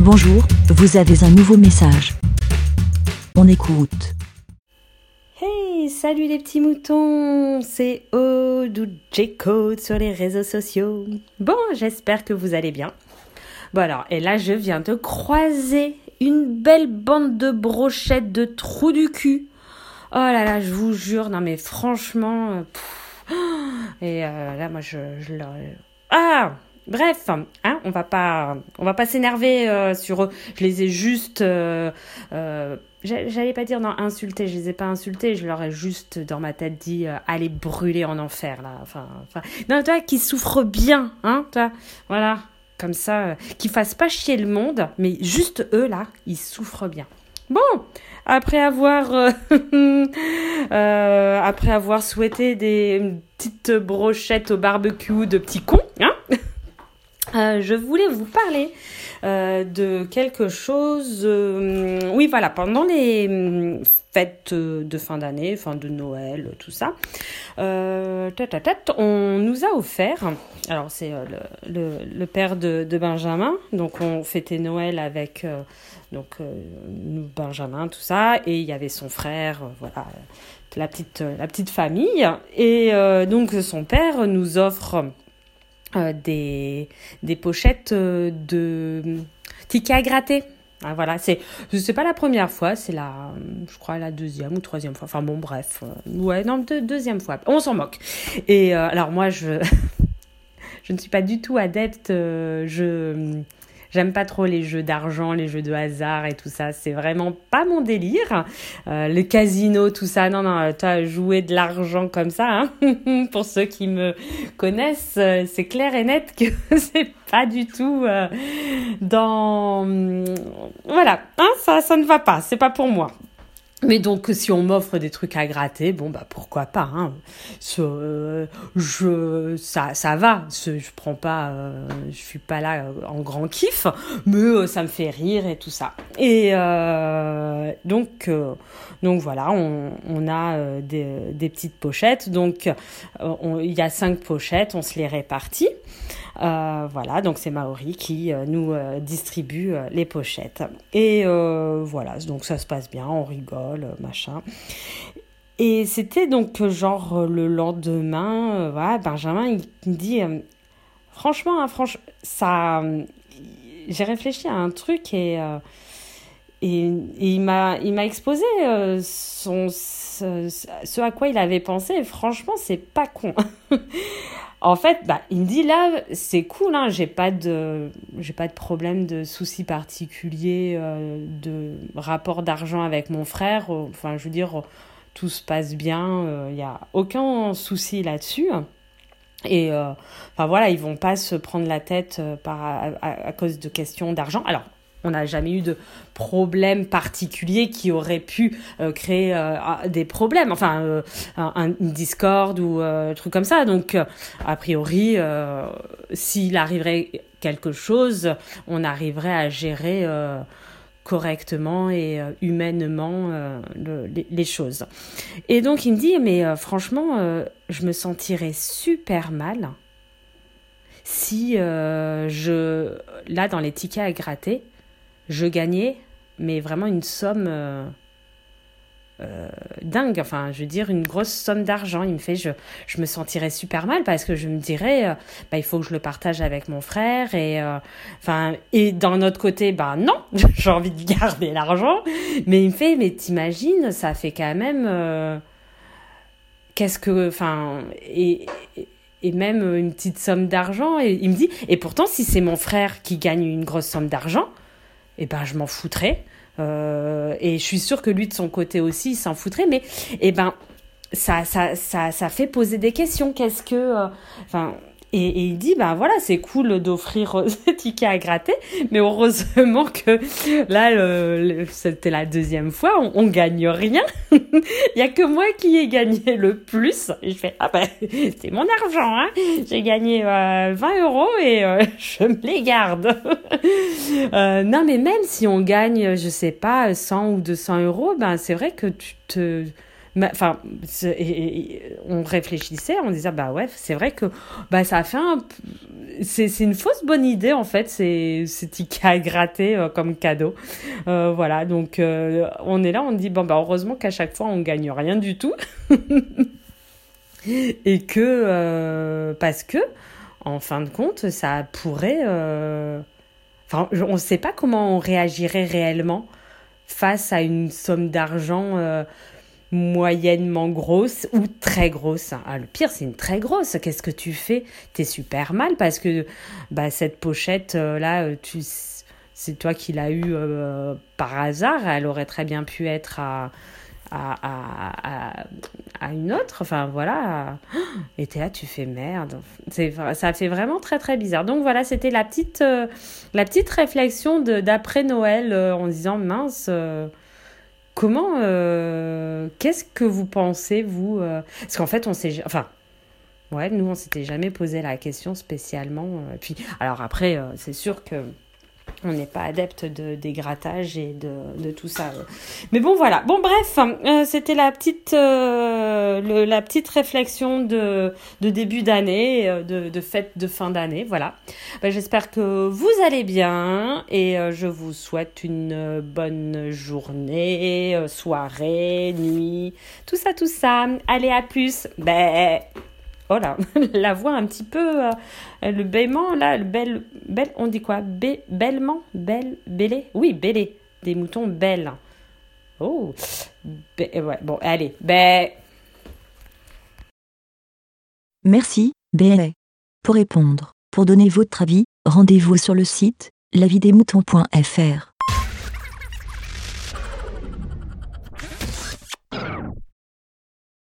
Bonjour, vous avez un nouveau message. On écoute. Hey, salut les petits moutons, c'est Aude ou J-Code sur les réseaux sociaux. Bon, j'espère que vous allez bien. Bon alors, et là je viens de croiser une belle bande de brochettes de trous du cul. Oh là là, je vous jure, non mais franchement... Et là moi je leur... Ah, bref, hein, on va pas s'énerver sur eux. Je les ai juste... j'allais pas dire non, insultés, je les ai pas insultés, je leur ai juste dans ma tête dit allez brûler en enfer là. Enfin, non, toi qui souffres bien, hein, toi, voilà, comme ça, qu'ils fassent pas chier le monde, mais juste eux là, ils souffrent bien. Bon, après avoir souhaité des petites brochettes au barbecue de petits cons, hein, je voulais vous parler de quelque chose. Oui, voilà, pendant les fêtes de fin d'année, fin de Noël, tout ça, on nous a offert. Alors, c'est le père de Benjamin. Donc, on fêtait Noël avec nous, Benjamin, tout ça. Et il y avait son frère, voilà, la petite famille. Et donc, son père nous offre... des pochettes de tickets à gratter. Ah, voilà, c'est pas la première fois, c'est je crois la deuxième ou troisième fois. Enfin bon, bref, deuxième fois. On s'en moque. Et alors moi, je ne suis pas du tout adepte. J'aime pas trop les jeux d'argent, les jeux de hasard et tout ça. C'est vraiment pas mon délire. Le casino, tout ça. Non, toi, jouer de l'argent comme ça, hein. Pour ceux qui me connaissent, c'est clair et net que c'est pas du tout dans... Voilà, hein, ça ne va pas. C'est pas pour moi. Mais donc, si on m'offre des trucs à gratter, bon, bah, pourquoi pas, hein. Ça va. Je prends pas, je suis pas là en grand kiff, mais ça me fait rire et tout ça. Et donc voilà, on a des petites pochettes. Donc, il y a 5 pochettes, on se les répartit. Voilà, donc c'est Maori qui nous distribue les pochettes. Et voilà, donc ça se passe bien, on rigole, machin. Et c'était donc genre le lendemain, voilà, Benjamin, il me dit, franchement, ça, j'ai réfléchi à un truc et il m'a exposé ce à quoi il avait pensé. Et franchement, c'est pas con. En fait, il me dit là, c'est cool, hein, j'ai pas de problème, de soucis particuliers, de rapport d'argent avec mon frère. Enfin, je veux dire, tout se passe bien, y a aucun souci là-dessus. Et voilà, ils vont pas se prendre la tête à cause de questions d'argent. Alors, on n'a jamais eu de problème particulier qui aurait pu créer des problèmes, enfin une discorde ou un truc comme ça. Donc, a priori, s'il arriverait quelque chose, on arriverait à gérer correctement et humainement les choses. Et donc, il me dit, mais franchement, je me sentirais super mal si là, dans les tickets à gratter, je gagnais, mais vraiment une somme dingue. Enfin, je veux dire, une grosse somme d'argent. Il me fait, je me sentirais super mal parce que je me dirais, il faut que je le partage avec mon frère. Et d'un autre côté, non, j'ai envie de garder l'argent. Mais il me fait, mais t'imagines, ça fait quand même... et même une petite somme d'argent. Et il me dit, et pourtant, si c'est mon frère qui gagne une grosse somme d'argent, je m'en foutrais. Et je suis sûre que lui, de son côté aussi, il s'en foutrait. Mais ça fait poser des questions. Qu'est-ce que... Et il dit, voilà, c'est cool d'offrir des tickets à gratter, mais heureusement que là, c'était la deuxième fois, on gagne rien. Il y a que moi qui ai gagné le plus. Et je fais, c'est mon argent, hein. J'ai gagné 20 € et je me les garde. Non, mais même si on gagne, je sais pas, 100 ou 200 €, c'est vrai que tu te Enfin, on réfléchissait, on disait, bah ouais, c'est vrai que bah, ça a fait c'est une fausse bonne idée, en fait, ces tickets à gratter comme cadeau. Voilà, donc on est là, on dit, bon, bah heureusement qu'à chaque fois, on gagne rien du tout. Et que, parce que, en fin de compte, ça pourrait... Enfin, on ne sait pas comment on réagirait réellement face à une somme d'argent moyennement grosse ou très grosse. Ah, le pire, c'est une très grosse. Qu'est-ce que tu fais? T'es super mal parce que bah, cette pochette là, c'est toi qui l'as eue par hasard. Elle aurait très bien pu être à une autre. Enfin voilà. Et t'es là, tu fais merde. Ça fait vraiment très très bizarre. Donc voilà, c'était la petite réflexion d'après Noël en disant mince. Comment, qu'est-ce que vous pensez, vous Parce qu'en fait, nous, on s'était jamais posé la question spécialement. Puis, alors après, c'est sûr que on n'est pas adepte des grattages et de tout ça. Mais bon, voilà. Bon, bref, c'était la petite réflexion de début d'année, de fête de fin d'année. Voilà. Ben, j'espère que vous allez bien et je vous souhaite une bonne journée, soirée, nuit, tout ça, tout ça. Allez, à plus. Ben... Oh là, la voix un petit peu, le bêlement, là, on dit quoi? Bêlement? Bêlé? Oui, bêlé. Des moutons belles. Oh, ouais, bon, allez, Merci, bé. Pour répondre, pour donner votre avis, rendez-vous sur le site lavidesmoutons.fr.